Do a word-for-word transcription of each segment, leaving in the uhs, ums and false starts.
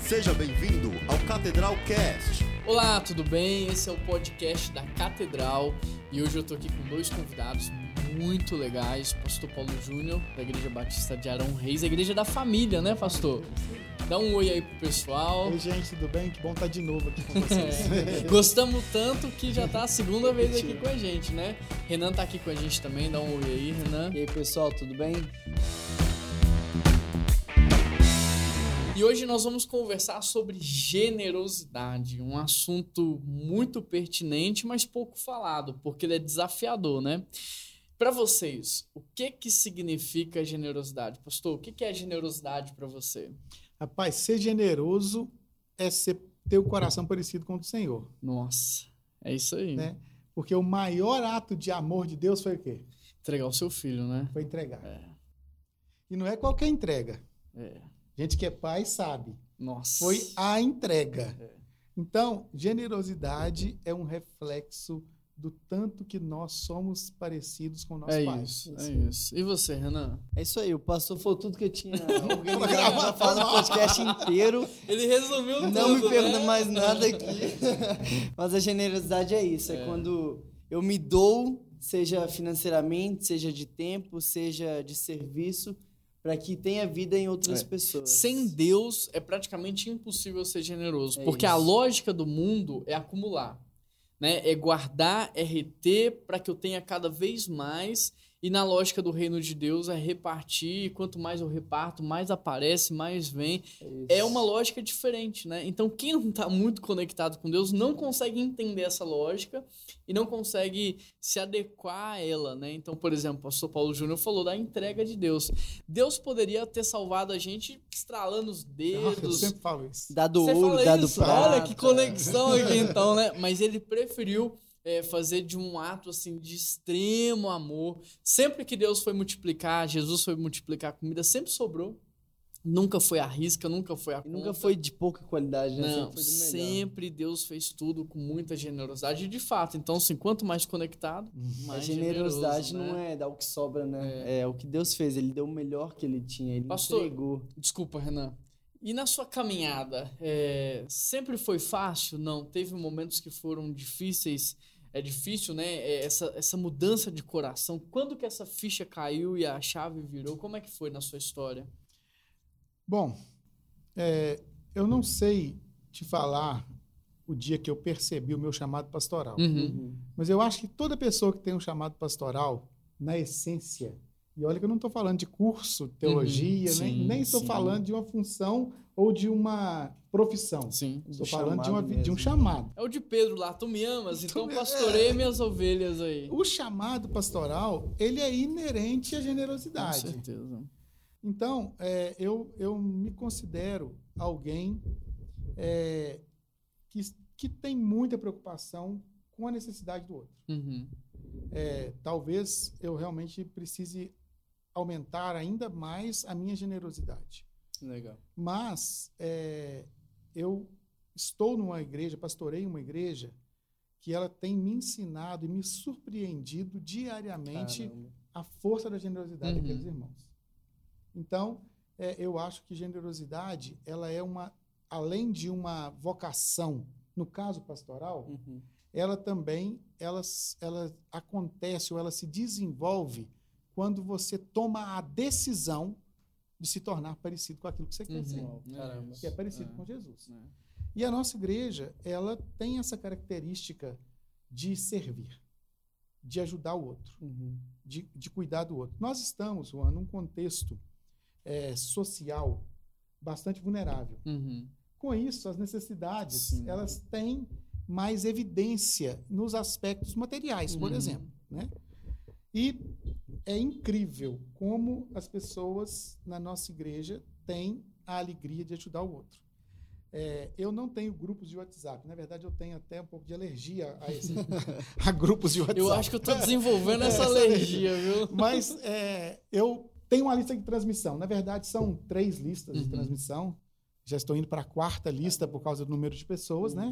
Seja bem-vindo ao Catedral Cast. Olá, tudo bem? Esse é o podcast da Catedral e hoje eu tô aqui com dois convidados muito legais. Pastor Paulo Júnior, da Igreja Batista de Arão Reis, a igreja da família, né, pastor? Dá um oi aí pro pessoal. Oi, gente, tudo bem? Que bom estar de novo aqui com vocês. É, gostamos tanto que já tá a segunda vez aqui com a gente, né? Renan tá aqui com a gente também, dá um oi aí, Renan. E aí, pessoal, tudo bem? E hoje nós vamos conversar sobre generosidade, um assunto muito pertinente, mas pouco falado, porque ele é desafiador, né? Para vocês, o que que significa generosidade? Pastor, o que que é generosidade para você? Rapaz, ser generoso é ser, ter o coração parecido com o do Senhor. Nossa, é isso aí. Né? Porque o maior ato de amor de Deus foi o quê? Entregar o seu filho, né? Foi entregar. É. E não é qualquer entrega. É. Gente que é pai sabe. Nossa. Foi a entrega. É. Então, generosidade é um reflexo do tanto que nós somos parecidos com o nosso É pai. isso, é isso. E você, Renan? É isso aí, o pastor falou tudo que eu tinha organizado para falar no podcast inteiro. Ele resumiu tudo, Não me pergunta né? mais nada aqui. Mas a generosidade é isso, é, É. quando eu me dou, seja financeiramente, seja de tempo, seja de serviço, para que tenha vida em outras É. pessoas. Sem Deus é praticamente impossível ser generoso, É porque isso. a lógica do mundo é acumular, né? É guardar, é reter para que eu tenha cada vez mais, e na lógica do reino de Deus é repartir, e quanto mais eu reparto, mais aparece, mais vem. É uma lógica diferente, né? Então quem não está muito conectado com Deus não consegue entender essa lógica e não consegue se adequar a ela, né? Então, por exemplo, o pastor Paulo Júnior falou da entrega de Deus. Deus poderia ter salvado a gente estralando os Eu dedos. sempre falo isso. Dado Você ouro, fala dado isso? prata. Olha que conexão aqui então, né? Mas ele preferiu é, fazer de um ato assim de extremo amor. Sempre que Deus foi multiplicar, Jesus foi multiplicar a comida, sempre sobrou. Nunca foi a risca, nunca foi a E conta. nunca foi de pouca qualidade, né? Não, sempre foi do melhor. sempre Deus fez tudo com muita generosidade. E de fato, então assim, quanto mais conectado, A mais generosidade generoso, não né? é dar o que sobra, né? É. o que Deus fez, ele deu o melhor que ele tinha, ele Pastor, entregou. Desculpa, Renan. E na sua caminhada, é, sempre foi fácil? Não? Teve momentos que foram difíceis? É difícil, né? É, essa, essa mudança de coração. Quando que essa ficha caiu e a chave virou? Como é que foi na sua história? Bom, é, eu não sei te falar o dia que eu percebi o meu chamado pastoral. Uhum. Mas eu acho que toda pessoa que tem um chamado pastoral, na essência, e olha que eu não estou falando de curso, teologia, Uhum. nem, Sim, nem estou sim. falando de uma função ou de uma profissão. Sim. Estou Do falando de, uma, chamado de um mesmo. chamado. É o de Pedro lá, tu me amas, então Tu me- pastorei minhas ovelhas aí. O chamado pastoral, ele é inerente à Com generosidade. certeza. Então, é, eu, eu me considero alguém é, que, que tem muita preocupação com a necessidade do outro. Uhum. É, talvez eu realmente precise aumentar ainda mais a minha generosidade. Legal. Mas é, eu estou numa igreja, pastorei uma igreja, que ela tem me ensinado e me surpreendido diariamente Caramba. a força da generosidade Uhum. daqueles irmãos. Então, é, eu acho que generosidade, ela é uma, além de uma vocação, no caso pastoral, Uhum. ela também ela, ela acontece ou ela se desenvolve quando você toma a decisão de se tornar parecido com aquilo que você quer ser, Uhum. Caramba. que é parecido É. com Jesus. É. E a nossa igreja, ela tem essa característica de servir, de ajudar o outro, Uhum. de, de cuidar do outro. Nós estamos, Juan, num contexto é, social bastante vulnerável. Uhum. Com isso, as necessidades, Sim. elas têm mais evidência nos aspectos materiais, por Uhum. exemplo, né? E é incrível como as pessoas na nossa igreja têm a alegria de ajudar o outro. É, eu não tenho grupos de WhatsApp. Na verdade, eu tenho até um pouco de alergia a, esse, a grupos de WhatsApp. Eu acho que eu estou desenvolvendo essa Essa alergia, viu? Mas é, eu tenho uma lista de transmissão. Na verdade, são três listas Uhum. de transmissão. Já estou indo para a quarta lista por causa do número de pessoas, né?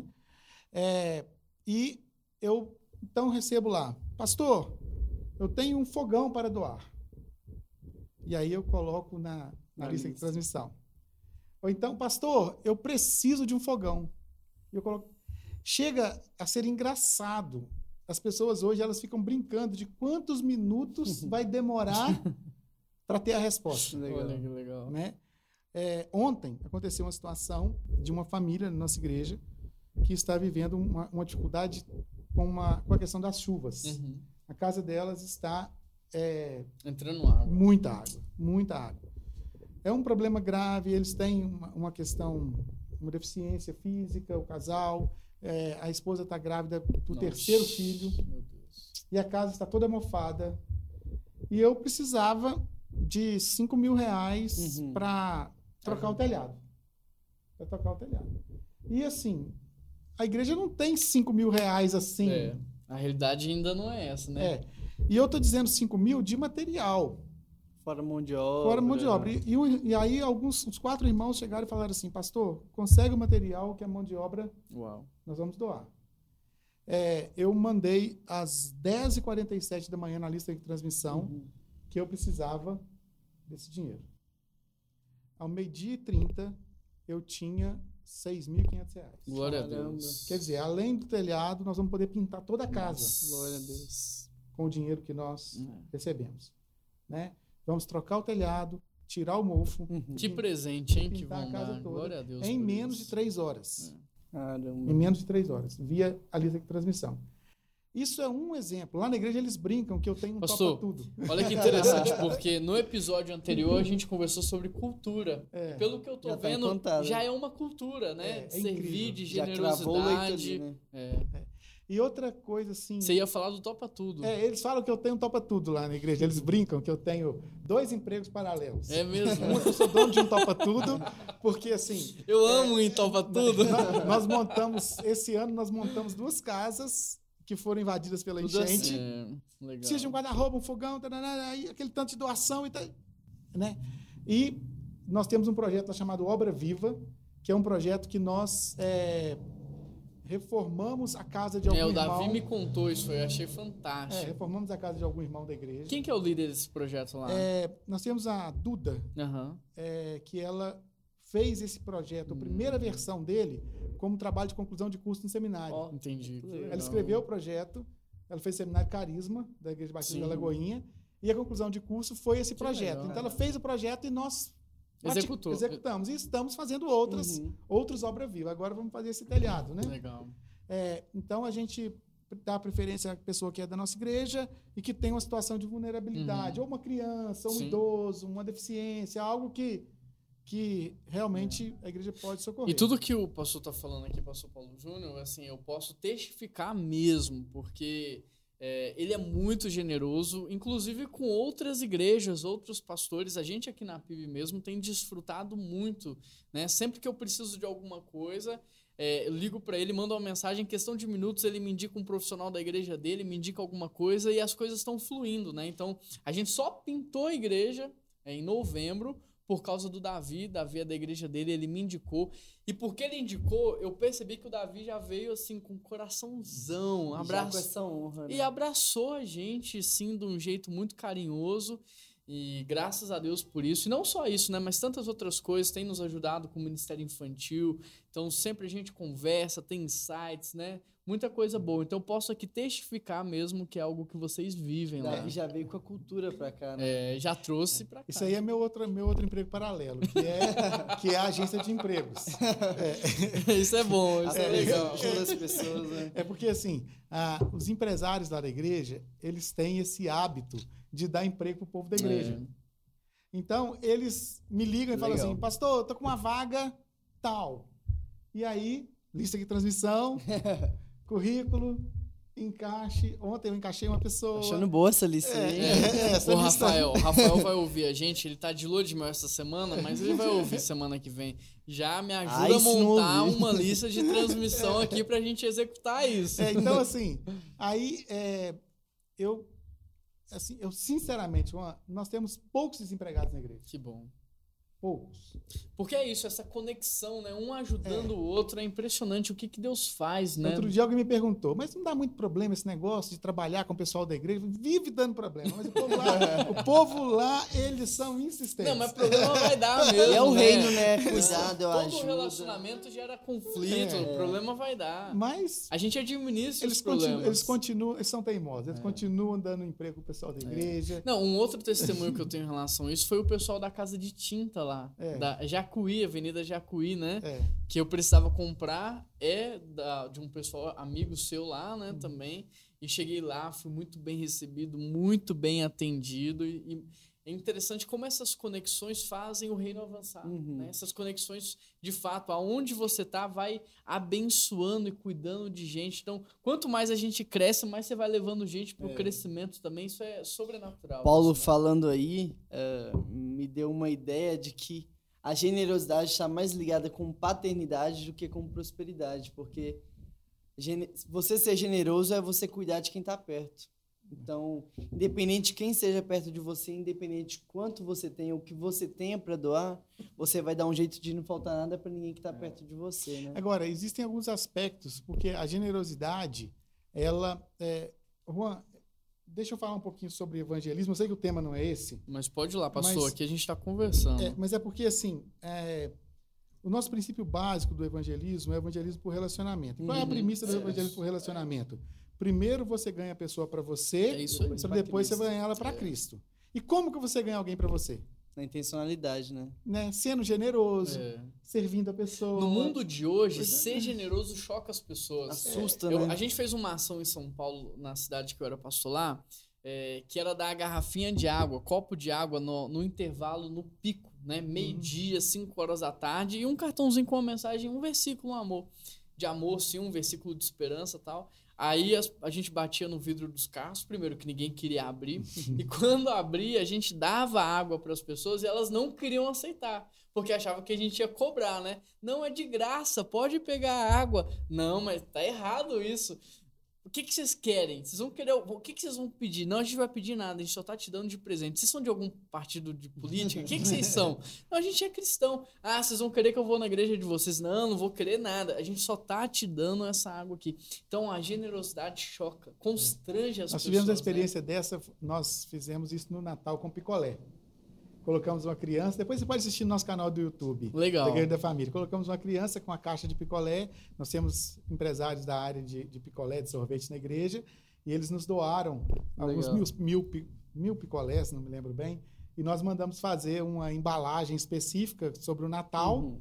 É, e eu, então, recebo lá, pastor, eu tenho um fogão para doar. E aí eu coloco na, na Na lista de lista. transmissão. Ou então, pastor, eu preciso de um fogão. Eu coloco... Chega a ser engraçado. As pessoas hoje elas ficam brincando de quantos minutos vai demorar para ter a resposta. Olha que legal. Né? É, ontem aconteceu uma situação de uma família na nossa igreja que está vivendo uma, uma dificuldade com, uma, com a questão das chuvas. Uhum. A casa delas está... É, entrando água. Muita água, muita água. É um problema grave, eles têm uma, uma questão, uma deficiência física, o casal... É, a esposa está grávida do Nossa. terceiro filho. Meu Deus. E a casa está toda mofada. E eu precisava de cinco mil reais Uhum. para trocar o telhado. Para trocar o telhado. E assim, a igreja não tem cinco mil reais assim. É, a realidade ainda não é essa, né? É. E eu estou dizendo cinco mil de material. Fora mão de obra. Fora mão de obra. E, e, o- e aí alguns, os quatro irmãos chegaram e falaram assim, pastor, consegue o material que a mão de obra Uau. nós vamos doar. É, eu mandei às dez e quarenta e sete da manhã na lista de transmissão Uhum. que eu precisava desse dinheiro. Ao meio-dia e trinta, eu tinha seis mil e quinhentos reais. Glória a Caramba. Deus. Quer dizer, além do telhado, nós vamos poder pintar toda a casa Nossa. Glória a Deus. com o dinheiro que nós É. recebemos. Né? Vamos trocar o telhado, tirar o mofo, Uhum. Que presente, hein, que pintar vão a casa dar. toda Glória a Deus. em por menos isso. de três horas. Caramba. Em menos de três horas, via a lista de transmissão. Isso é um exemplo. Lá na igreja eles brincam que eu tenho um Pastor, topa-tudo. Olha que interessante, porque no episódio anterior a gente conversou sobre cultura. É. E pelo que eu tô Já tá vendo, contado. já é uma cultura, né? É, é Servir incrível. de Já cravou o leito generosidade. ali, né? É. E outra coisa assim... Você ia falar do topa tudo. É, eles falam que eu tenho um topa-tudo lá na igreja. Eles brincam que eu tenho dois empregos paralelos. É mesmo? Um, eu sou dono de um topa-tudo, porque assim... Eu amo em topa tudo. Nós, nós montamos... Esse ano nós montamos duas casas que foram invadidas pela Tudo enchente. É, legal. Precisa de um guarda-roupa, um fogão, tarará, aí aquele tanto de doação e tal. Né? E nós temos um projeto lá chamado Obra Viva, que é um projeto que nós é, reformamos a casa de algum É, o irmão. Davi me contou isso, eu achei É, fantástico. reformamos a casa de algum irmão da igreja. Quem que é o líder desse projeto lá? É, nós temos a Duda, Aham. é, que ela fez esse projeto, a primeira versão dele, como trabalho de conclusão de curso no seminário. Ó, Entendi. Que Ela legal. Ela escreveu o projeto, ela fez o seminário Carisma, da Igreja Batista Sim. da Lagoinha, e a conclusão de curso foi esse Que projeto. legal. Então, ela fez o projeto e nós prati- Executou. executamos. E estamos fazendo outras, Uhum. outros obra viva. Agora vamos fazer esse telhado, né? Legal. É, então, a gente dá preferência à pessoa que é da nossa igreja e que tem uma situação de vulnerabilidade, ou uma criança, ou um Sim. idoso, uma deficiência, algo que, que realmente a igreja pode socorrer. E tudo que o pastor está falando aqui, pastor Paulo Júnior, assim, eu posso testificar mesmo, porque é, ele é muito generoso, inclusive com outras igrejas, outros pastores. A gente aqui na P I B mesmo tem desfrutado muito, né? Sempre que eu preciso de alguma coisa, é, eu ligo para ele, mando uma mensagem, em questão de minutos ele me indica um profissional da igreja dele, me indica alguma coisa e as coisas estão fluindo, né? Então, a gente só pintou a igreja é, em novembro, por causa do Davi, Davi é da igreja dele, ele me indicou. E porque ele indicou, eu percebi que o Davi já veio assim com um coraçãozão, Já com abraço, essa honra, né? e abraçou a gente, sim, de um jeito muito carinhoso. E graças a Deus por isso. E não só isso, né? Mas tantas outras coisas têm nos ajudado com o Ministério Infantil. Então sempre a gente conversa, tem insights, né? Muita coisa boa. Então eu posso aqui testificar mesmo que é algo que vocês vivem lá. Davi já veio com a cultura pra cá, né? É, já trouxe pra cá. Isso aí é meu outro, meu outro emprego paralelo, que é, que é a agência de empregos. Isso é bom, isso é legal. Ajuda as pessoas, né? É porque, assim, a- os empresários lá da igreja, eles têm esse hábito de dar emprego para o povo da igreja. É. Então, eles me ligam e falam Legal. assim, pastor, eu tô com uma vaga tal. E aí, lista de transmissão, currículo, encaixe. Ontem eu encaixei uma pessoa. Achando boa essa lista É, aí. é, é, essa O lista- Rafael, o Rafael vai ouvir a gente, ele tá de lua de mel essa semana, mas ele vai ouvir semana que vem. Já me ajuda Ai, a se não montar ouvir. uma lista de transmissão aqui pra gente executar isso. É, então, assim, aí é, eu, assim, eu sinceramente, uma- nós temos poucos desempregados na igreja. Que bom. poucos. Porque é isso, essa conexão, né? Um ajudando É. o outro, é impressionante o que, que Deus faz, né? Outro dia alguém me perguntou, mas não dá muito problema esse negócio de trabalhar com o pessoal da igreja? Vive dando problema, mas o povo lá, o povo lá eles são insistentes. Não, mas problema vai dar mesmo. É o né? reino, né? Cuidado, eu Todo ajudo. relacionamento gera conflito, É. o problema vai dar. Mas A gente administra eles os problemas. continuam, eles continuam, eles são teimosos, eles continuam dando emprego pro pessoal da igreja. Não, um outro testemunho que eu tenho em relação a isso foi o pessoal da Casa de Tinta lá, É. da Jacuí, Avenida Jacuí, né? É. Que eu precisava comprar, é da, de um pessoal, amigo seu lá, né, também. E cheguei lá, fui muito bem recebido, muito bem atendido. E, e é interessante como essas conexões fazem o reino avançar. Uhum. Né? Essas conexões, de fato, aonde você tá, vai abençoando e cuidando de gente. Então, quanto mais a gente cresce, mais você vai levando gente para o É. crescimento também. Isso é sobrenatural. Paulo isso, né? falando aí, eh, me deu uma ideia de que a generosidade está mais ligada com paternidade do que com prosperidade, porque gene- você ser generoso é você cuidar de quem está perto. Então, independente de quem seja perto de você, independente de quanto você tem, o que você tenha para doar, você vai dar um jeito de não faltar nada para ninguém que está perto de você, né? Agora, existem alguns aspectos, porque a generosidade, ela... É... Juan, deixa eu falar um pouquinho sobre evangelismo. Eu sei que o tema não é esse, Mas pode ir lá, pastor, Mas- aqui a gente está conversando. é, mas é porque, assim, é, o nosso princípio básico do evangelismo é o evangelismo por relacionamento. Qual é a Uhum. premissa do É evangelismo isso. por relacionamento? Primeiro você ganha a pessoa para É você, isso aí. para pra depois você Cristo. ganhar ela para É. Cristo. E como que você ganha alguém para você? Na intencionalidade, né? Né? Sendo generoso, É. servindo a pessoa. No mundo de hoje, Pois é. ser generoso choca as pessoas. Assusta, Eu- né? a gente fez uma ação em São Paulo, na cidade que eu era pastor lá, é, que era dar a garrafinha de água, copo de água no, no intervalo, no pico, né? Meio-dia, cinco horas da tarde, e um cartãozinho com uma mensagem, um versículo, um amor. De amor, sim, um versículo de esperança e tal. Aí as- a gente batia no vidro dos carros, primeiro que ninguém queria abrir, e quando abria, a gente dava água para as pessoas e elas não queriam aceitar, porque achavam que a gente ia cobrar, né? Não, é de graça, pode pegar a água. Não, mas tá errado isso. O que, que vocês querem? Vocês vão querer. O que, que vocês vão pedir? Não, a gente vai pedir nada, a gente só tá te dando de presente. Vocês são de algum partido de política? O que, que vocês são? Não, a gente é cristão. Ah, vocês vão querer que eu vou na igreja de vocês? Não, não vou querer nada. A gente só tá te dando essa água aqui. Então a generosidade choca, constrange as Nós pessoas. tivemos a né? experiência dessa, nós fizemos isso no Natal com picolé. Colocamos uma criança, depois você pode assistir no nosso canal do YouTube, Legal. da Igreja da Família. Colocamos uma criança com a caixa de picolé, nós temos empresários da área de, de picolé, de sorvete na igreja, e eles nos doaram alguns Legal. mil, mil, pi- mil picolés, não me lembro bem, e nós mandamos fazer uma embalagem específica sobre o Natal, Uhum.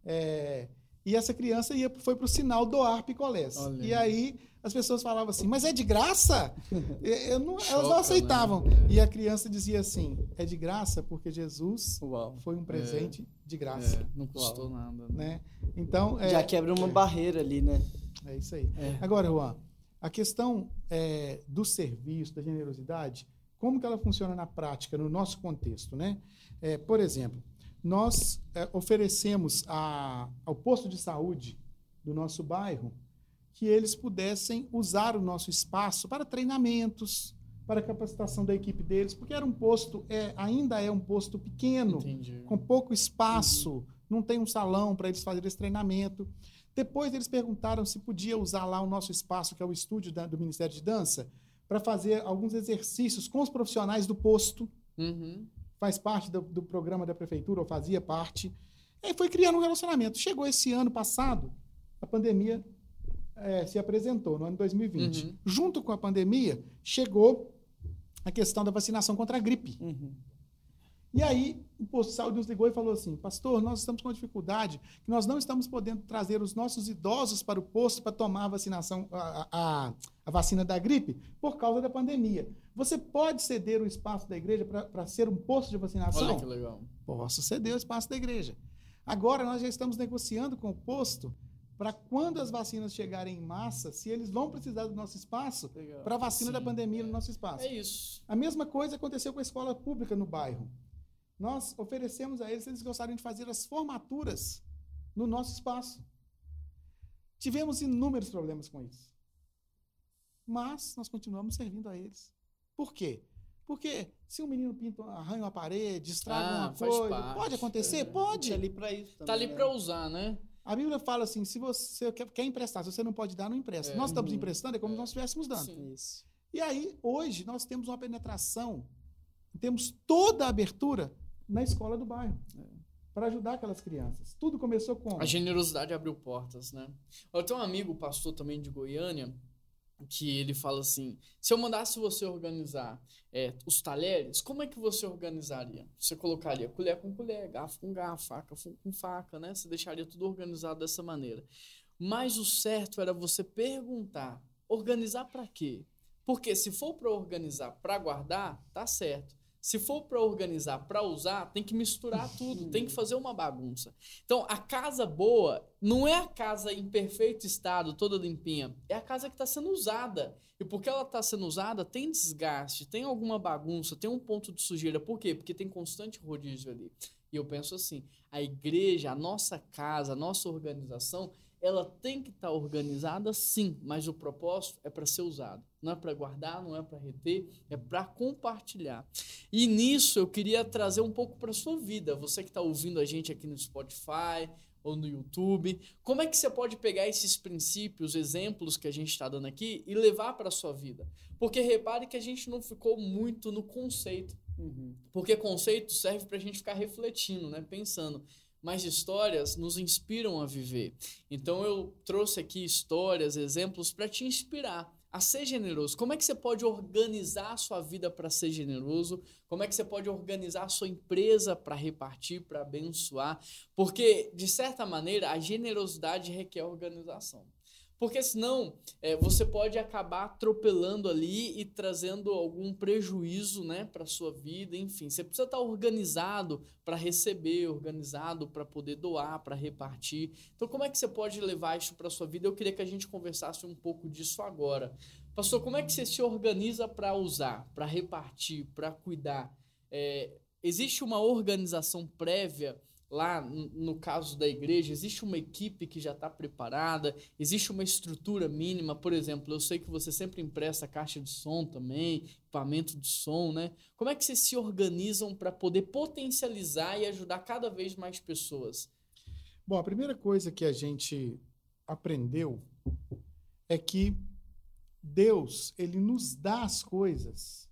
é, e essa criança ia, foi para o sinal doar picolés. Olha. E aí as pessoas falavam assim, mas é de graça? Eu não- elas Choca, não aceitavam. né? É. E a criança dizia assim, é de graça porque Jesus Uau. foi um presente de graça. É, não custou nada. Né? Né? Então, é, Já quebra uma barreira ali, né? é isso aí. É. Agora, Juan, a questão é, do serviço, da generosidade, como que ela funciona na prática, no nosso contexto, né? É, por exemplo, nós é, oferecemos a- ao posto de saúde do nosso bairro que eles pudessem usar o nosso espaço para treinamentos, para capacitação da equipe deles, porque era um posto, é, ainda é um posto pequeno, Entendi. com pouco espaço, não tem um salão para eles fazerem esse treinamento. Depois eles perguntaram se podia usar lá o nosso espaço, que é o estúdio da- do Ministério de Dança, para fazer alguns exercícios com os profissionais do posto, Uhum. faz parte do, do programa da prefeitura, ou fazia parte. E aí foi criando um relacionamento. Chegou esse ano passado, a pandemia eh, se apresentou, no ano dois mil e vinte. Uhum. Junto com a pandemia, chegou a questão da vacinação contra a gripe. Uhum. E aí, o posto de saúde nos ligou e falou assim, pastor, nós estamos com uma dificuldade, que nós não estamos podendo trazer os nossos idosos para o posto para tomar a vacinação, a, a, a vacina da gripe, por causa da pandemia. Você pode ceder o espaço da igreja para ser um posto de vacinação? Olha que legal. Posso ceder o espaço da igreja. Agora, nós já estamos negociando com o posto para quando as vacinas chegarem em massa, se eles vão precisar do nosso espaço Legal. para a vacina da Sim, pandemia é. no nosso espaço. É isso. A mesma coisa aconteceu com a escola pública no bairro. Nós oferecemos a eles, se eles gostariam de fazer as formaturas no nosso espaço. Tivemos inúmeros problemas com isso. Mas nós continuamos servindo a eles. Por quê? Porque se um menino pinta, arranha uma parede, estraga Ah, uma faz coisa, parte. pode acontecer? É. Pode. Tá ali pra isso também. Tá ali né? pra usar, né? A Bíblia fala assim, se você quer, quer emprestar, se você não pode dar, não empresta. É. Nós estamos Uhum. emprestando, é como É. se nós estivéssemos dando. Sim. Isso. E aí, hoje, nós temos uma penetração, temos toda a abertura na escola do bairro, para ajudar aquelas crianças. Tudo começou com... A generosidade abriu portas, né? Eu tenho um amigo, pastor também de Goiânia, que ele fala assim, se eu mandasse você organizar é, os talheres, como é que você organizaria? Você colocaria colher com colher, garfo com garfo, faca com faca, né? Você deixaria tudo organizado dessa maneira. Mas o certo era você perguntar, organizar para quê? Porque se for para organizar para guardar, tá certo. Se for para organizar, para usar, tem que misturar tudo, tem que fazer uma bagunça. Então, a casa boa não é a casa em perfeito estado, toda limpinha, é a casa que está sendo usada. E porque ela está sendo usada, tem desgaste, tem alguma bagunça, tem um ponto de sujeira. Por quê? Porque tem constante rodízio ali. E eu penso assim, a igreja, a nossa casa, a nossa organização, ela tem que estar organizada sim, mas o propósito é para ser usado. Não é para guardar, não é para reter, é para compartilhar. E nisso eu queria trazer um pouco para a sua vida. Você que está ouvindo a gente aqui no Spotify ou no YouTube, como é que você pode pegar esses princípios, exemplos que a gente está dando aqui e levar para a sua vida? Porque repare que a gente não ficou muito no conceito. Uhum. Porque conceito serve para a gente ficar refletindo, né? Pensando. Mas histórias nos inspiram a viver. Então eu trouxe aqui histórias, exemplos para te inspirar a ser generoso. Como é que você pode organizar a sua vida para ser generoso? Como é que você pode organizar a sua empresa para repartir, para abençoar? Porque, de certa maneira, a generosidade requer organização. Porque senão é, você pode acabar atropelando ali e trazendo algum prejuízo, né, para a sua vida, enfim. Você precisa estar organizado para receber, organizado para poder doar, para repartir. Então, como é que você pode levar isso para a sua vida? Eu queria que a gente conversasse um pouco disso agora. Pastor, como é que você se organiza para usar, para repartir, para cuidar? É, existe uma organização prévia? Lá, no caso da igreja, existe uma equipe que já está preparada, existe uma estrutura mínima. Por exemplo, eu sei que você sempre empresta caixa de som também, equipamento de som, né? Como é que vocês se organizam para poder potencializar e ajudar cada vez mais pessoas? Bom, a primeira coisa que a gente aprendeu é que Deus, ele nos dá as coisas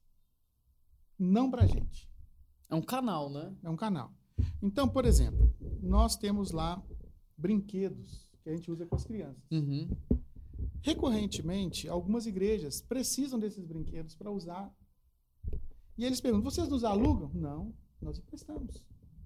não para a gente. É um canal, né? É um canal. Então, por exemplo, nós temos lá brinquedos que a gente usa com as crianças. Uhum. Recorrentemente, algumas igrejas precisam desses brinquedos para usar. E eles perguntam, vocês nos alugam? Não, nós emprestamos.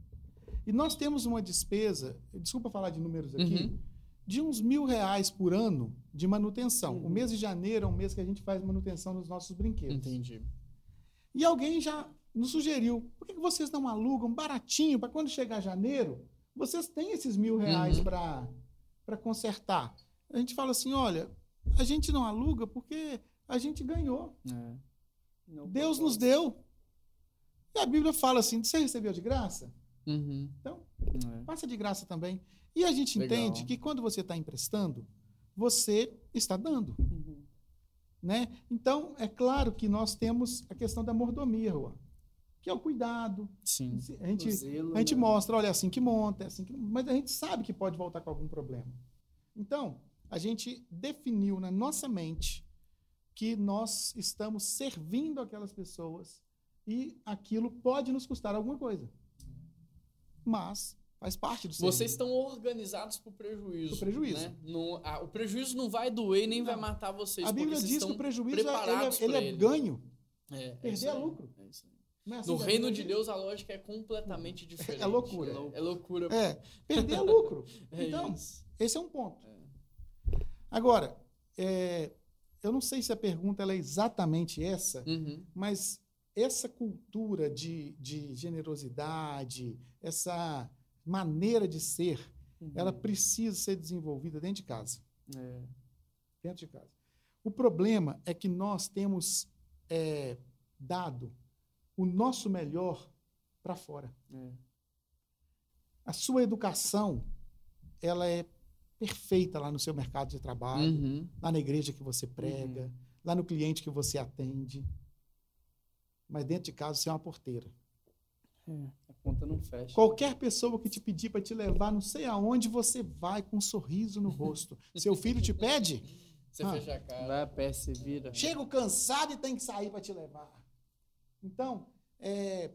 E nós temos uma despesa, desculpa falar de números aqui, Uhum. de uns mil reais por ano de manutenção. Uhum. O mês de janeiro é um mês que a gente faz manutenção dos nossos brinquedos. Entendi. E alguém já nos sugeriu, por que que vocês não alugam baratinho para quando chegar janeiro, vocês têm esses mil reais Uhum. para para consertar? A gente fala assim, olha, a gente não aluga porque a gente ganhou. É. Não Deus propósito. nos deu. E a Bíblia fala assim, você recebeu de graça? Uhum. Então, É. passa de graça também. E a gente Legal. entende que quando você está emprestando, você está dando. Uhum. Né? Então, é claro que nós temos a questão da mordomia, Juan, que é o cuidado. Sim. A gente, O zelo, a gente né? mostra, olha, é assim que monta, é assim que... mas a gente sabe que pode voltar com algum problema. Então, a gente definiu na nossa mente que nós estamos servindo aquelas pessoas e aquilo pode nos custar alguma coisa. Mas faz parte do serviço. Vocês estão organizados para o prejuízo. Pro prejuízo. Né? Não, a, o prejuízo não vai doer e nem Não. vai matar vocês. A Bíblia porque vocês diz que estão o prejuízo é, ele preparados é, ele pra é ele. ganho. É, é Perder isso é aí, lucro. é isso aí. Não é assim No que a reino Bíblia de diz? Deus, a lógica é completamente diferente. É loucura. É, é loucura. É, perder é lucro. É Então, isso. esse é um ponto. Agora, é, eu não sei se a pergunta ela é exatamente essa, Uhum. mas essa cultura de, de generosidade, essa maneira de ser, Uhum. ela precisa ser desenvolvida dentro de casa. É. Dentro de casa. O problema é que nós temos é, dado o nosso melhor para fora. É. A sua educação, ela é perfeita lá no seu mercado de trabalho, Uhum. lá na igreja que você prega, Uhum. lá no cliente que você atende. mas dentro de casa você é uma porteira. É, a conta não fecha. Qualquer pessoa que te pedir para te levar, não sei aonde, você vai com um sorriso no rosto. Seu filho te pede? Você Ah. fecha a cara. Vai a pé, se vira. Chego cansado e tem que sair para te levar. Então, é,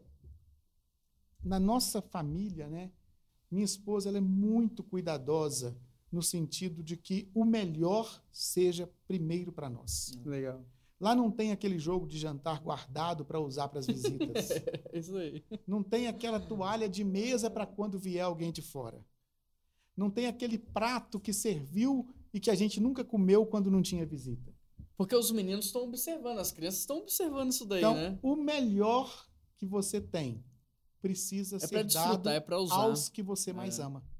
na nossa família, né, minha esposa ela é muito cuidadosa no sentido de que o melhor seja primeiro para nós. Legal. Lá não tem aquele jogo de jantar guardado para usar para as visitas. É isso aí. Não tem aquela toalha de mesa para quando vier alguém de fora. Não tem aquele prato que serviu e que a gente nunca comeu quando não tinha visita. Porque os meninos estão observando, as crianças estão observando isso daí, Então, né? o melhor que você tem precisa É pra ser desfrutar, dado é pra usar. aos que você mais É. ama.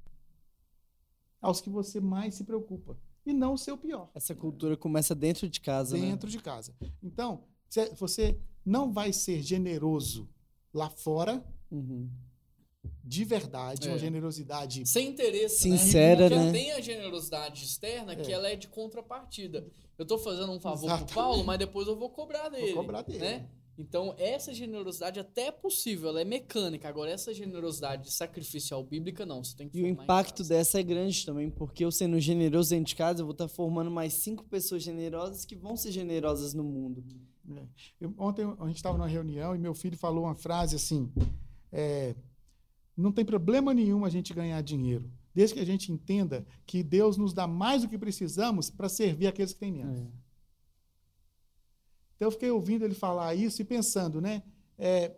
Aos que você mais se preocupa. E não o seu pior. Essa cultura começa dentro de casa, Dentro de casa. Então, se- você não vai ser generoso lá fora, né? Uhum. de verdade, É. uma generosidade. Sem interesse, Sincera, né? Porque né? tem a generosidade externa que É. ela é de contrapartida. Eu tô fazendo um favor Exatamente. pro Paulo, mas depois eu vou cobrar dele. cobrar dele. Né? Então, essa generosidade até é possível, ela é mecânica. Agora, essa generosidade sacrificial bíblica, não. Você tem que E o formar em impacto casa. dessa é grande também, porque eu sendo generoso dentro de casa, eu vou estar formando mais cinco pessoas generosas que vão ser generosas no mundo. É. Eu- ontem a gente estava numa reunião e meu filho falou uma frase assim: é, não tem problema nenhum a gente ganhar dinheiro, desde que a gente entenda que Deus nos dá mais do que precisamos para servir aqueles que têm menos. É. Então eu fiquei ouvindo ele falar isso e pensando, né? é,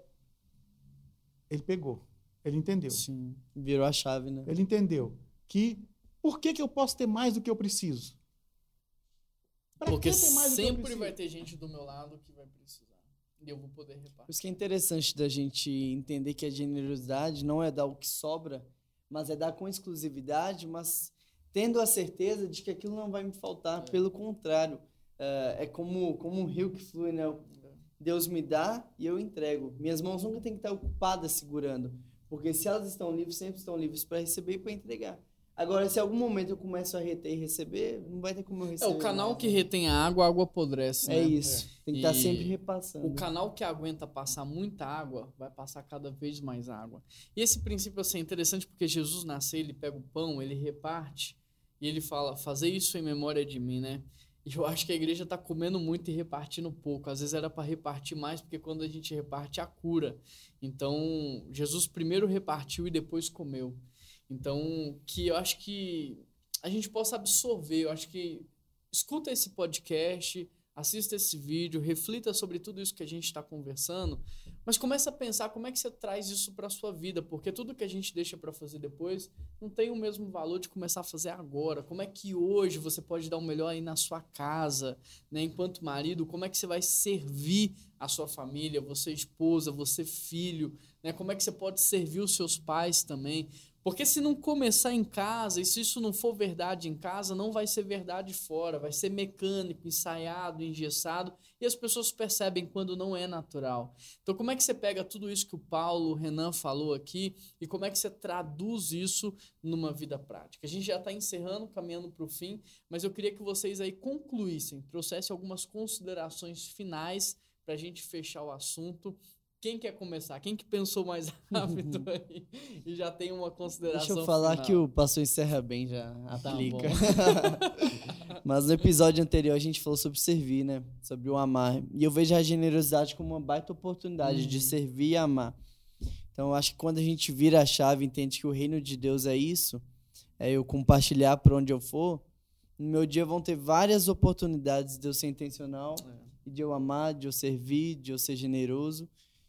ele pegou, ele entendeu. Sim. Virou a chave, né? Ele entendeu que por que, que eu posso ter mais do que eu preciso? Pra Porque que ter mais do que eu sempre preciso? vai ter gente do meu lado que vai precisar. E eu vou poder Por repartir. isso que é interessante da gente entender que a generosidade não é dar o que sobra, mas é dar com exclusividade, mas tendo a certeza de que aquilo não vai me faltar. É. Pelo contrário, é é como, como um rio que flui, né? Deus me dá e eu entrego. Minhas mãos nunca têm que estar ocupadas segurando, porque se elas estão livres, sempre estão livres para receber e para entregar. Agora, se em algum momento eu começo a reter e receber, não vai ter como eu É, receber. o canal mais, que né? retém a água, a água apodrece, É né? isso. Tem que estar E sempre repassando. O canal que aguenta passar muita água, vai passar cada vez mais água. E esse princípio assim, é interessante porque Jesus nasceu, ele pega o pão, ele reparte, e ele fala, fazer isso em memória de mim, né? E eu acho que a igreja está comendo muito e repartindo pouco. Às vezes era para repartir mais, porque quando a gente reparte, a cura. Então, Jesus primeiro repartiu e depois comeu. Então, que eu acho que a gente possa absorver, eu acho que escuta esse podcast, assista esse vídeo, reflita sobre tudo isso que a gente está conversando, mas começa a pensar como é que você traz isso para a sua vida, porque tudo que a gente deixa para fazer depois não tem o mesmo valor de começar a fazer agora. Como é que hoje você pode dar o melhor aí na sua casa, né? Enquanto marido, como é que você vai servir a sua família, você esposa, você filho, né? Como é que você pode servir os seus pais também? Porque se não começar em casa, e se isso não for verdade em casa, não vai ser verdade fora, vai ser mecânico, ensaiado, engessado, e as pessoas percebem quando não é natural. Então, como é que você pega tudo isso que o Paulo, o Renan falou aqui, e como é que você traduz isso numa vida prática? A gente já está encerrando, caminhando para o fim, mas eu queria que vocês aí concluíssem, trouxessem algumas considerações finais para a gente fechar o assunto. Quem quer começar? Quem que pensou mais rápido aí e já tem uma consideração Deixa eu falar final? que o Pastor encerra bem, já Tá aplica. bom. Mas no episódio anterior a gente falou sobre servir, né? Sobre o amar. E eu vejo a generosidade como uma baita oportunidade Uhum. de servir e amar. Então eu acho que quando a gente vira a chave e entende que o reino de Deus é isso, é eu compartilhar por onde eu for, no meu dia vão ter várias oportunidades de eu ser intencional, É. e de eu amar, de eu servir, de eu ser generoso.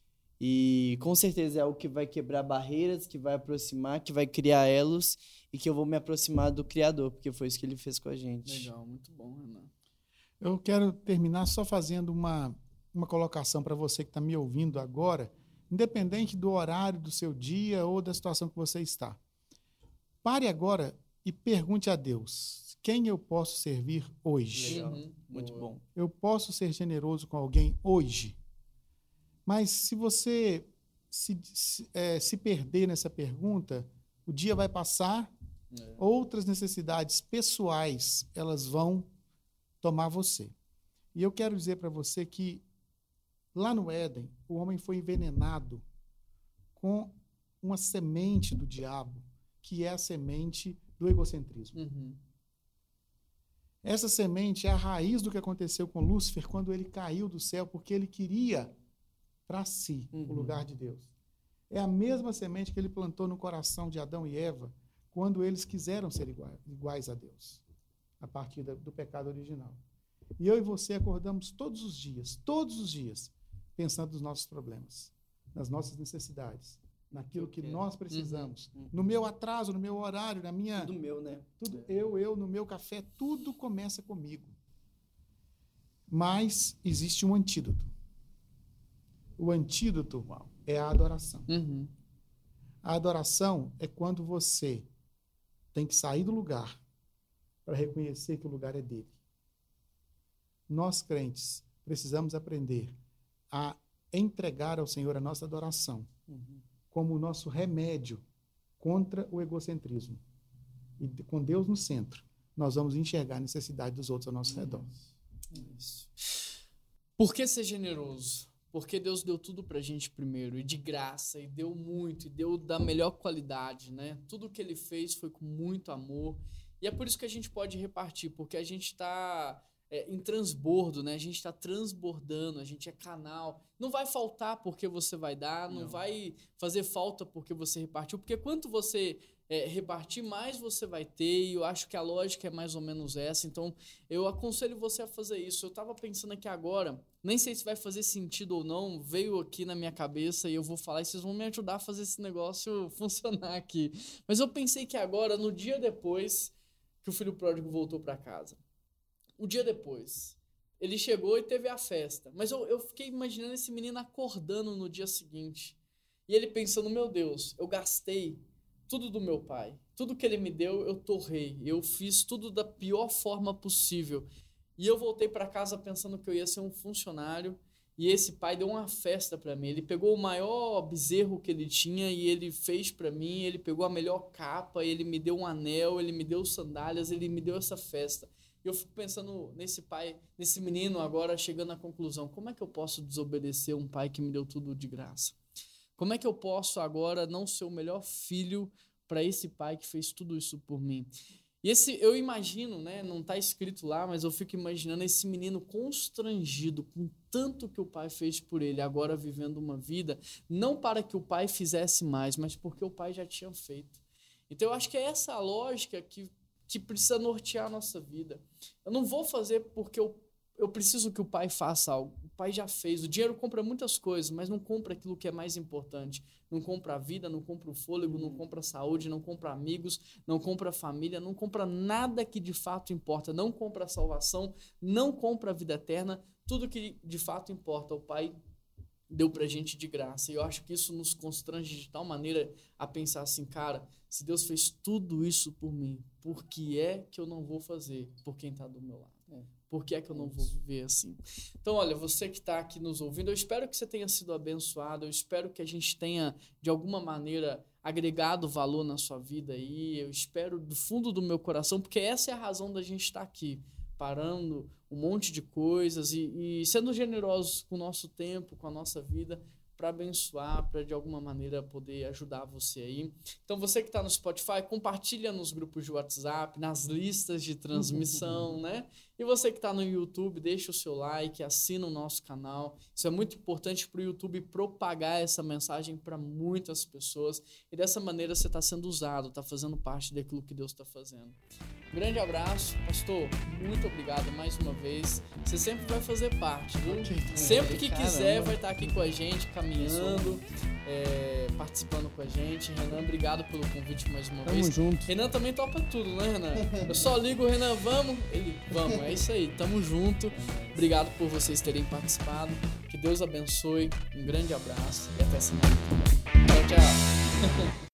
E com certeza é algo que vai quebrar barreiras, que vai aproximar, que vai criar elos e que eu vou me aproximar do Criador, porque foi isso que ele fez com a gente. Legal, muito bom, Renan. Eu quero terminar só fazendo uma, uma colocação para você que está me ouvindo agora, independente do horário do seu dia ou da situação que você está. Pare agora e pergunte a Deus, quem eu posso servir hoje? Legal. Uhum. Muito Boa. bom. Eu posso ser generoso com alguém hoje? Mas se você se, se, é, se perder nessa pergunta, o dia vai passar, É. outras necessidades pessoais elas vão tomar você. E eu quero dizer para você que Lá no Éden, o homem foi envenenado com uma semente do diabo, que é a semente do egocentrismo. Uhum. Essa semente é a raiz do que aconteceu com Lúcifer quando ele caiu do céu, porque ele queria para si Uhum. o lugar de Deus. É a mesma semente que ele plantou no coração de Adão e Eva quando eles quiseram ser iguais, iguais a Deus, a partir da, do pecado original. E eu e você acordamos todos os dias, todos os dias, pensando nos nossos problemas, nas nossas necessidades, naquilo que nós precisamos, Uhum. no meu atraso, no meu horário, na minha... Tudo meu, né? Tudo, eu, eu, no meu café, tudo começa comigo. Mas existe um antídoto. O antídoto é a adoração. Uhum. A adoração é quando você tem que sair do lugar para reconhecer que o lugar é dele. Nós, crentes, precisamos aprender a entregar ao Senhor a nossa adoração Uhum. como o nosso remédio contra o egocentrismo. E com Deus no centro, nós vamos enxergar a necessidade dos outros ao nosso redor. Isso. Por que ser generoso? Porque Deus deu tudo pra gente primeiro, e de graça, e deu muito, e deu da melhor qualidade, né? Tudo que ele fez foi com muito amor, e é por isso que a gente pode repartir, porque a gente está é, em transbordo, né? A gente está transbordando, a gente é canal. Não vai faltar porque você vai dar, não, não. vai fazer falta porque você repartiu, porque quanto você é, repartir, mais você vai ter, e eu acho que a lógica é mais ou menos essa. Então, eu aconselho você a fazer isso. Eu estava pensando aqui agora, nem sei se vai fazer sentido ou não, veio aqui na minha cabeça e eu vou falar e vocês vão me ajudar a fazer esse negócio funcionar aqui. Mas eu pensei que agora, no dia depois que o filho pródigo voltou para casa, um dia depois, ele chegou e teve a festa. Mas eu, eu fiquei imaginando esse menino acordando no dia seguinte. E ele pensando, meu Deus, eu gastei tudo do meu pai. Tudo que ele me deu, eu torrei. Eu fiz tudo da pior forma possível. E eu voltei para casa pensando que eu ia ser um funcionário. E esse pai deu uma festa para mim. Ele pegou o maior bezerro que ele tinha e ele fez para mim. Ele pegou a melhor capa, ele me deu um anel, ele me deu sandálias, ele me deu essa festa. E eu fico pensando nesse pai, nesse menino agora chegando à conclusão, como é que eu posso desobedecer um pai que me deu tudo de graça? Como é que eu posso agora não ser o melhor filho para esse pai que fez tudo isso por mim? E esse, eu imagino, né, não está escrito lá, mas eu fico imaginando esse menino constrangido com tanto que o pai fez por ele, agora vivendo uma vida, não para que o pai fizesse mais, mas porque o pai já tinha feito. Então eu acho que é essa a lógica que que precisa nortear a nossa vida. Eu não vou fazer porque eu, eu preciso que o pai faça algo. O pai já fez. O dinheiro compra muitas coisas, mas não compra aquilo que é mais importante. Não compra a vida, não compra o fôlego, não compra a saúde, não compra amigos, não compra a família, não compra nada que de fato importa. Não compra a salvação, não compra a vida eterna. Tudo que de fato importa, o pai deu pra gente de graça. E eu acho que isso nos constrange de tal maneira a pensar assim, cara, se Deus fez tudo isso por mim, por que é que eu não vou fazer por quem está do meu lado? É. Por que é que eu não vou viver assim? Então, olha, você que está aqui nos ouvindo, eu espero que você tenha sido abençoado, eu espero que a gente tenha, de alguma maneira, agregado valor na sua vida aí, eu espero do fundo do meu coração, porque essa é a razão da gente estar aqui, parando um monte de coisas e, e sendo generosos com o nosso tempo, com a nossa vida, para abençoar, para de alguma maneira poder ajudar você aí. Então você que está no Spotify, compartilha nos grupos de WhatsApp, nas listas de transmissão, né? E você que está no YouTube, deixa o seu like, assina o nosso canal. Isso é muito importante para o YouTube propagar essa mensagem para muitas pessoas. E dessa maneira você está sendo usado, está fazendo parte daquilo que Deus está fazendo. Um grande abraço, pastor. Muito obrigado mais uma vez. Você sempre vai fazer parte, viu? Sempre que quiser vai estar aqui com a gente, caminhando, é, participando com a gente. Renan, obrigado pelo convite mais uma Tamo vez. junto. Renan também topa tudo, né, Renan? Eu só ligo, Renan, vamos? Ele, vamos, é isso aí, tamo junto. Obrigado por vocês terem participado. Que Deus abençoe. Um grande abraço e até semana que vem. Tchau, tchau.